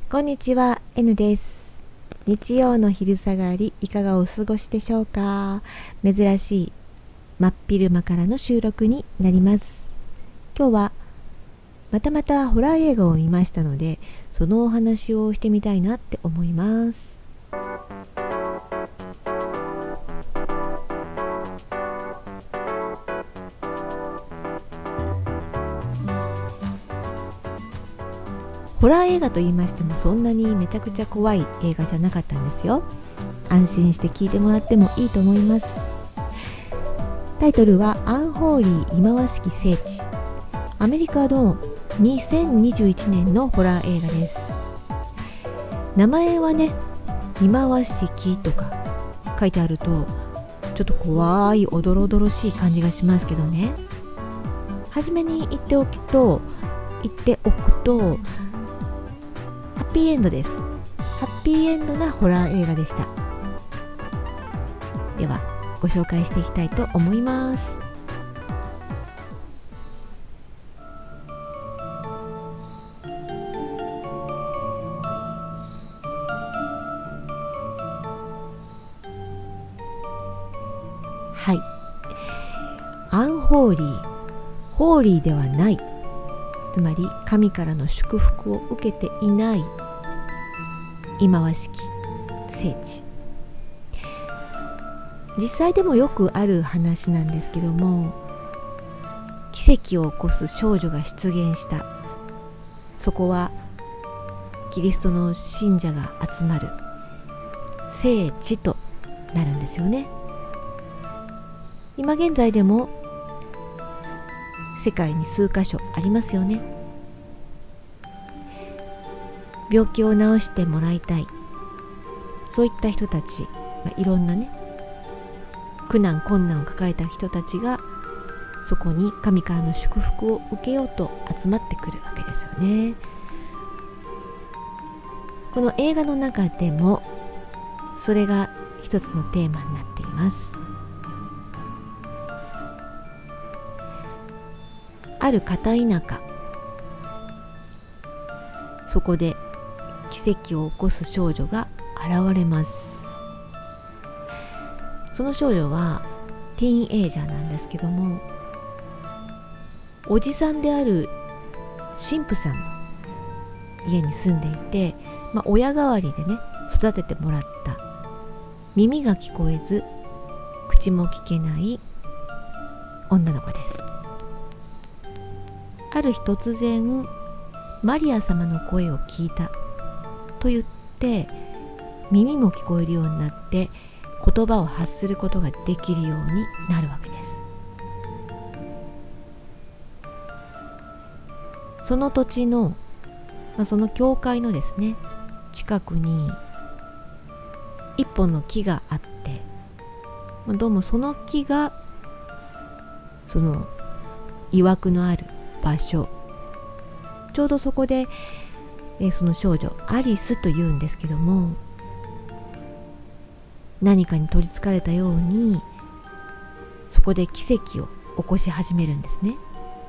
こんにちは、N です。日曜の昼下がり、いかがお過ごしでしょうか。珍しい真っ昼間からの収録になります。今日はまたホラー映画を見ましたので、そのお話をしてみたいなって思います。ホラー映画と言いましてもそんなにめちゃくちゃ怖い映画じゃなかったんですよ。安心して聞いてもらってもいいと思います。タイトルはアンホーリー忌まわしき聖地。アメリカの2021年のホラー映画です。名前はね、忌まわしきとか書いてあるとちょっと怖いおどろおどろしい感じがしますけどね。初めに言っておくとハッピーエンドです。ハッピーエンドなホラー映画でした。ではご紹介していきたいと思います。はい、アンホーリー、ホーリーではない、つまり神からの祝福を受けていない忌まわしき聖地。実際でもよくある話なんですけども、奇跡を起こす少女が出現した。そこはキリストの信者が集まる聖地となるんですよね。今現在でも世界に数カ所ありますよね。病気を治してもらいたい、そういった人たち、いろんなね苦難困難を抱えた人たちがそこに神からの祝福を受けようと集まってくるわけですよね。この映画の中でもそれが一つのテーマになっています。ある片田舎、そこで奇跡を起こす少女が現れます。その少女はティーンエイジャーなんですけども、おじさんである神父さんの家に住んでいて、親代わりでね育ててもらった耳が聞こえず口も聞けない女の子です。ある日突然マリア様の声を聞いたと言って耳も聞こえるようになって言葉を発することができるようになるわけです。その土地の、その教会のですね近くに一本の木があって、どうもその木がその曰くのある場所、ちょうどそこで、その少女アリスというんですけども、何かに取りつかれたようにそこで奇跡を起こし始めるんですね。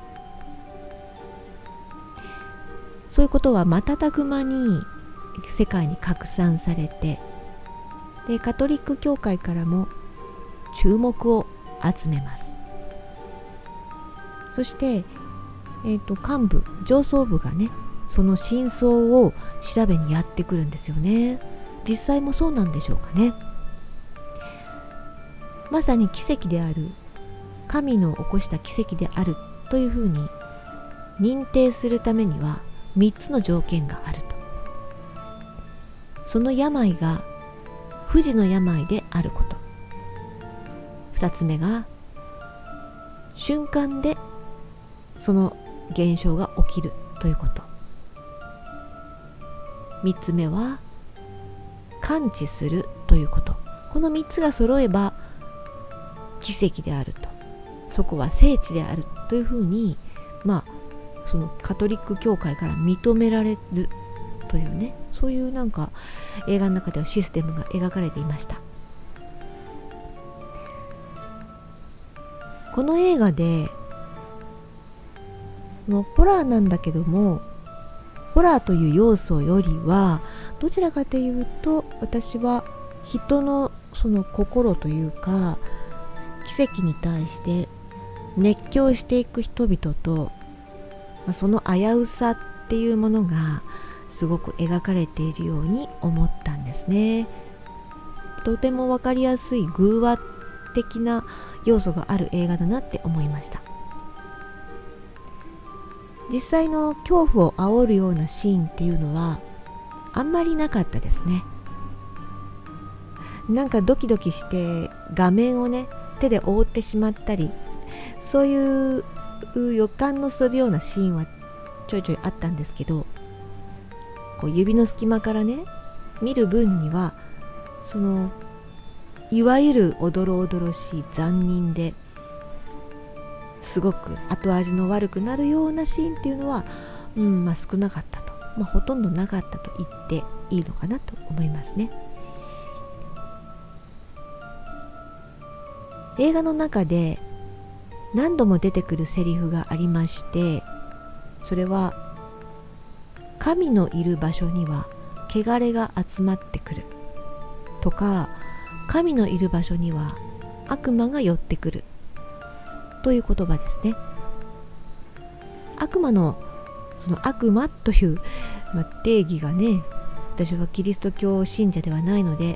そういうことは瞬く間に世界に拡散されて、でカトリック教会からも注目を集めます。そして幹部、上層部がねその真相を調べにやってくるんですよね。実際もそうなんでしょうかね。まさに奇跡である、神の起こした奇跡であるというふうに認定するためには3つの条件があると。その病が不治の病であること。2つ目が瞬間でその現象が起きるということ。3つ目は感知するということ。この3つが揃えば奇跡であると、そこは聖地であるというふうに、そのカトリック教会から認められるというね、そういうなんか映画の中ではシステムが描かれていました。この映画でホラーなんだけどもホラーという要素よりはどちらかというと、私は人のその心というか奇跡に対して熱狂していく人々と、その危うさっていうものがすごく描かれているように思ったんですね。とても分かりやすい偶話的な要素がある映画だなって思いました。実際の恐怖を煽るようなシーンっていうのはあんまりなかったですね。なんかドキドキして画面をね手で覆ってしまったり、そういう予感のするようなシーンはちょいちょいあったんですけど、こう指の隙間からね見る分には、そのいわゆるおどろおどろしい残忍ですごく後味の悪くなるようなシーンっていうのは、少なかったと、ほとんどなかったと言っていいのかなと思いますね。映画の中で何度も出てくるセリフがありまして、それは神のいる場所には汚れが集まってくるとか、神のいる場所には悪魔が寄ってくるという言葉ですね。悪魔のその悪魔という、定義がね、私はキリスト教信者ではないので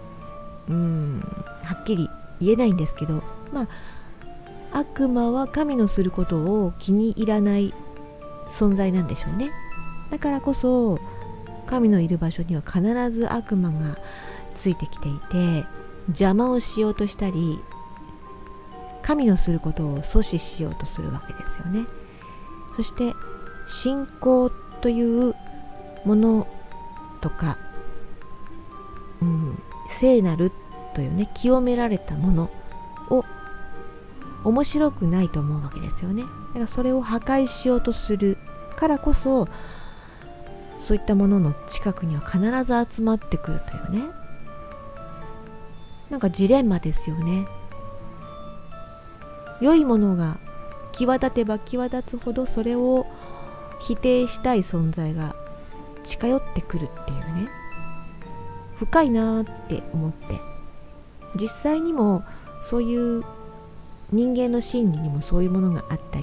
はっきり言えないんですけど、悪魔は神のすることを気に入らない存在なんでしょうね。だからこそ神のいる場所には必ず悪魔がついてきていて、邪魔をしようとしたり神のすることを阻止しようとするわけですよね。そして信仰というものとか、聖なるというね、清められたものを面白くないと思うわけですよね。だからそれを破壊しようとするからこそ、そういったものの近くには必ず集まってくるというね、なんかジレンマですよね。良いものが際立てば際立つほど、それを否定したい存在が近寄ってくるっていうね、深いなって思って、実際にもそういう人間の心理にもそういうものがあったり、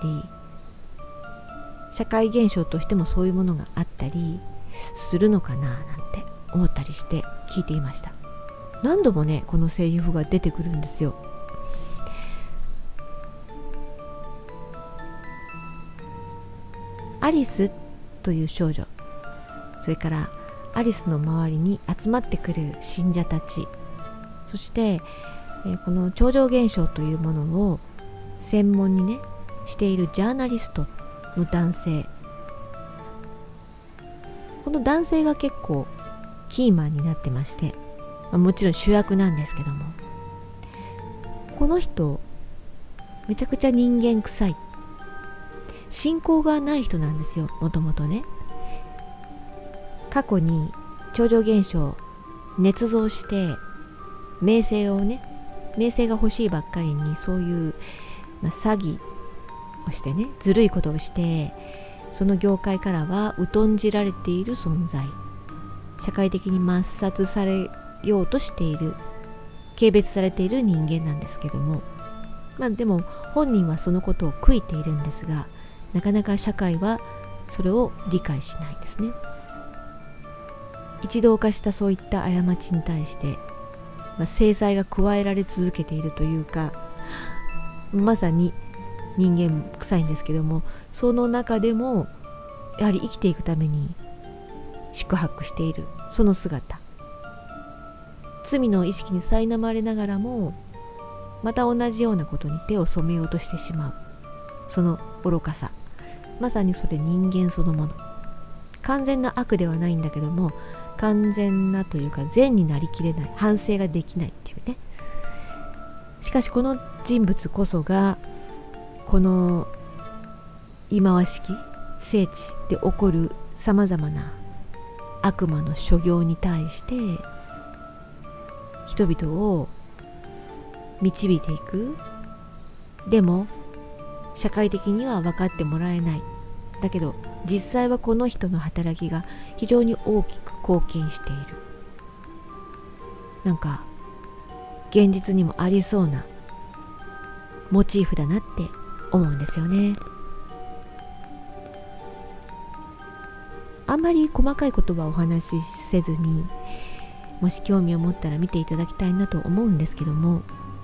社会現象としてもそういうものがあったりするのかななんて思ったりして聞いていました。何度もねこのセリフが出てくるんですよ。アリスという少女、それからアリスの周りに集まってくる信者たち、そして、この超常現象というものを専門にねしているジャーナリストの男性、この男性が結構キーマンになってまして、もちろん主役なんですけども、この人めちゃくちゃ人間臭い、信仰がない人なんですよ、もともとね。過去に超常現象捏造して名声が欲しいばっかりに、そういう、詐欺をしてね、ずるいことをして、その業界からは疎んじられている存在、社会的に抹殺されようとしている、軽蔑されている人間なんですけども、でも本人はそのことを悔いているんですが、なかなか社会はそれを理解しないんですね。一度犯したそういった過ちに対して、制裁が加えられ続けているというか、まさに人間臭いんですけども、その中でもやはり生きていくために宿泊しているその姿、罪の意識に苛まれながらもまた同じようなことに手を染めようとしてしまう、その愚かさ、まさにそれ人間そのもの。完全な悪ではないんだけども、完全なというか善になりきれない、反省ができないっていうね。しかしこの人物こそが、この忌まわしき聖地で起こるさまざまな悪魔の所業に対して人々を導いていく。でも社会的には分かってもらえない。 だけど実際はこの人の働きが非常に大きく貢献している、なんか現実にもありそうなモチーフだなって思うんですよね。あんまり細かいことはお話しせずに、もし興味を持ったら見ていただきたいなと思うんですけども、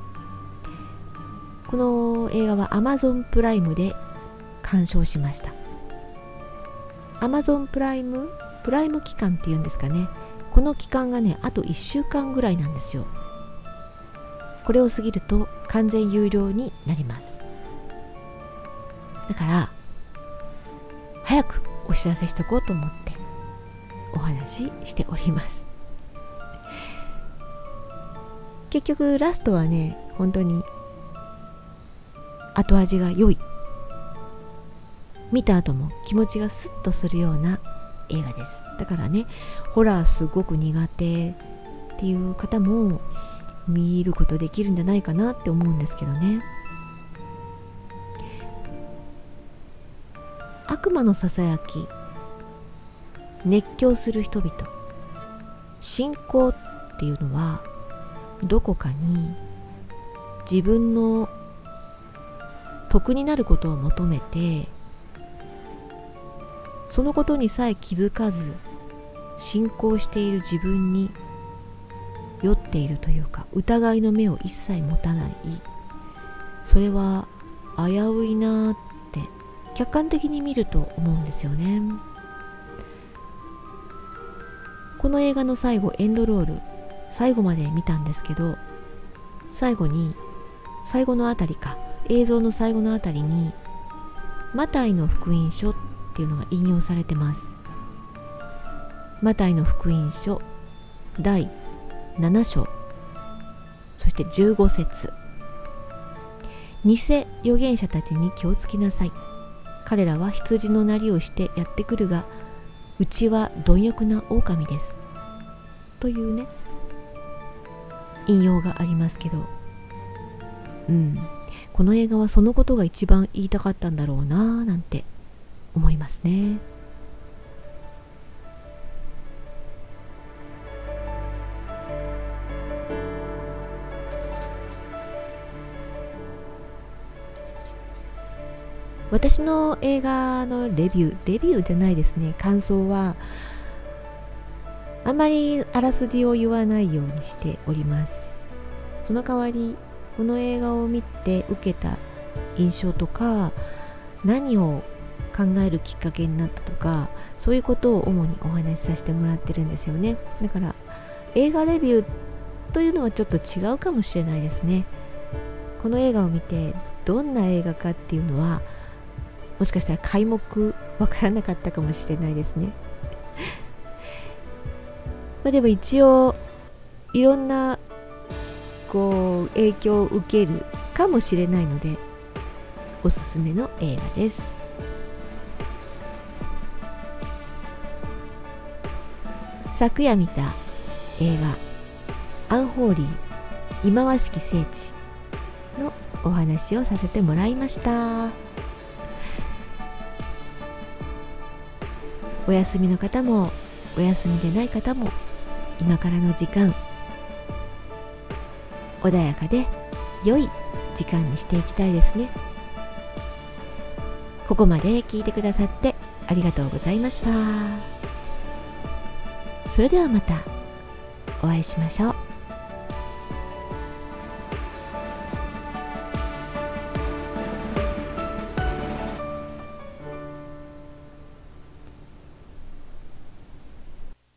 この映画は Amazon プライムで鑑賞しました。 Amazon プライム期間っていうんですかね、この期間がねあと1週間ぐらいなんですよ。これを過ぎると完全有料になります。だから早くお知らせしとこうと思ってお話ししております。結局ラストはね本当に後味が良い、見た後も気持ちがスッとするような映画です。だからねホラーすごく苦手っていう方も見ることできるんじゃないかなって思うんですけどね。悪魔のささやき、熱狂する人々、信仰っていうのはどこかに自分の得になることを求めて、そのことにさえ気づかず信仰している自分に酔っているというか、疑いの目を一切持たない、それは危ういなって客観的に見ると思うんですよね。この映画の最後、エンドロール最後まで見たんですけど、最後のあたりか、映像の最後のあたりにマタイの福音書っていうのが引用されてます。マタイの福音書第7章、そして15節、偽預言者たちに気をつけなさい。彼らは羊のなりをしてやってくるが、うちは貪欲な狼です。というね、引用がありますけど、この映画はそのことが一番言いたかったんだろうななんて思いますね。私の映画のレビューじゃないですね、感想はあんまりあらすじを言わないようにしております。その代わりこの映画を見て受けた印象とか、何を考えるきっかけになったとか、そういうことを主にお話しさせてもらってるんですよね。だから映画レビューというのはちょっと違うかもしれないですね。この映画を見てどんな映画かっていうのはもしかしたら皆目わからなかったかもしれないですね。でも一応いろんな影響を受けるかもしれないのでおすすめの映画です。昨夜見た映画アンホーリー忌まわしき聖地のお話をさせてもらいました。お休みの方もお休みでない方も今からの時間、穏やかで良い時間にしていきたいですね。ここまで聞いてくださってありがとうございました。それではまたお会いしましょう。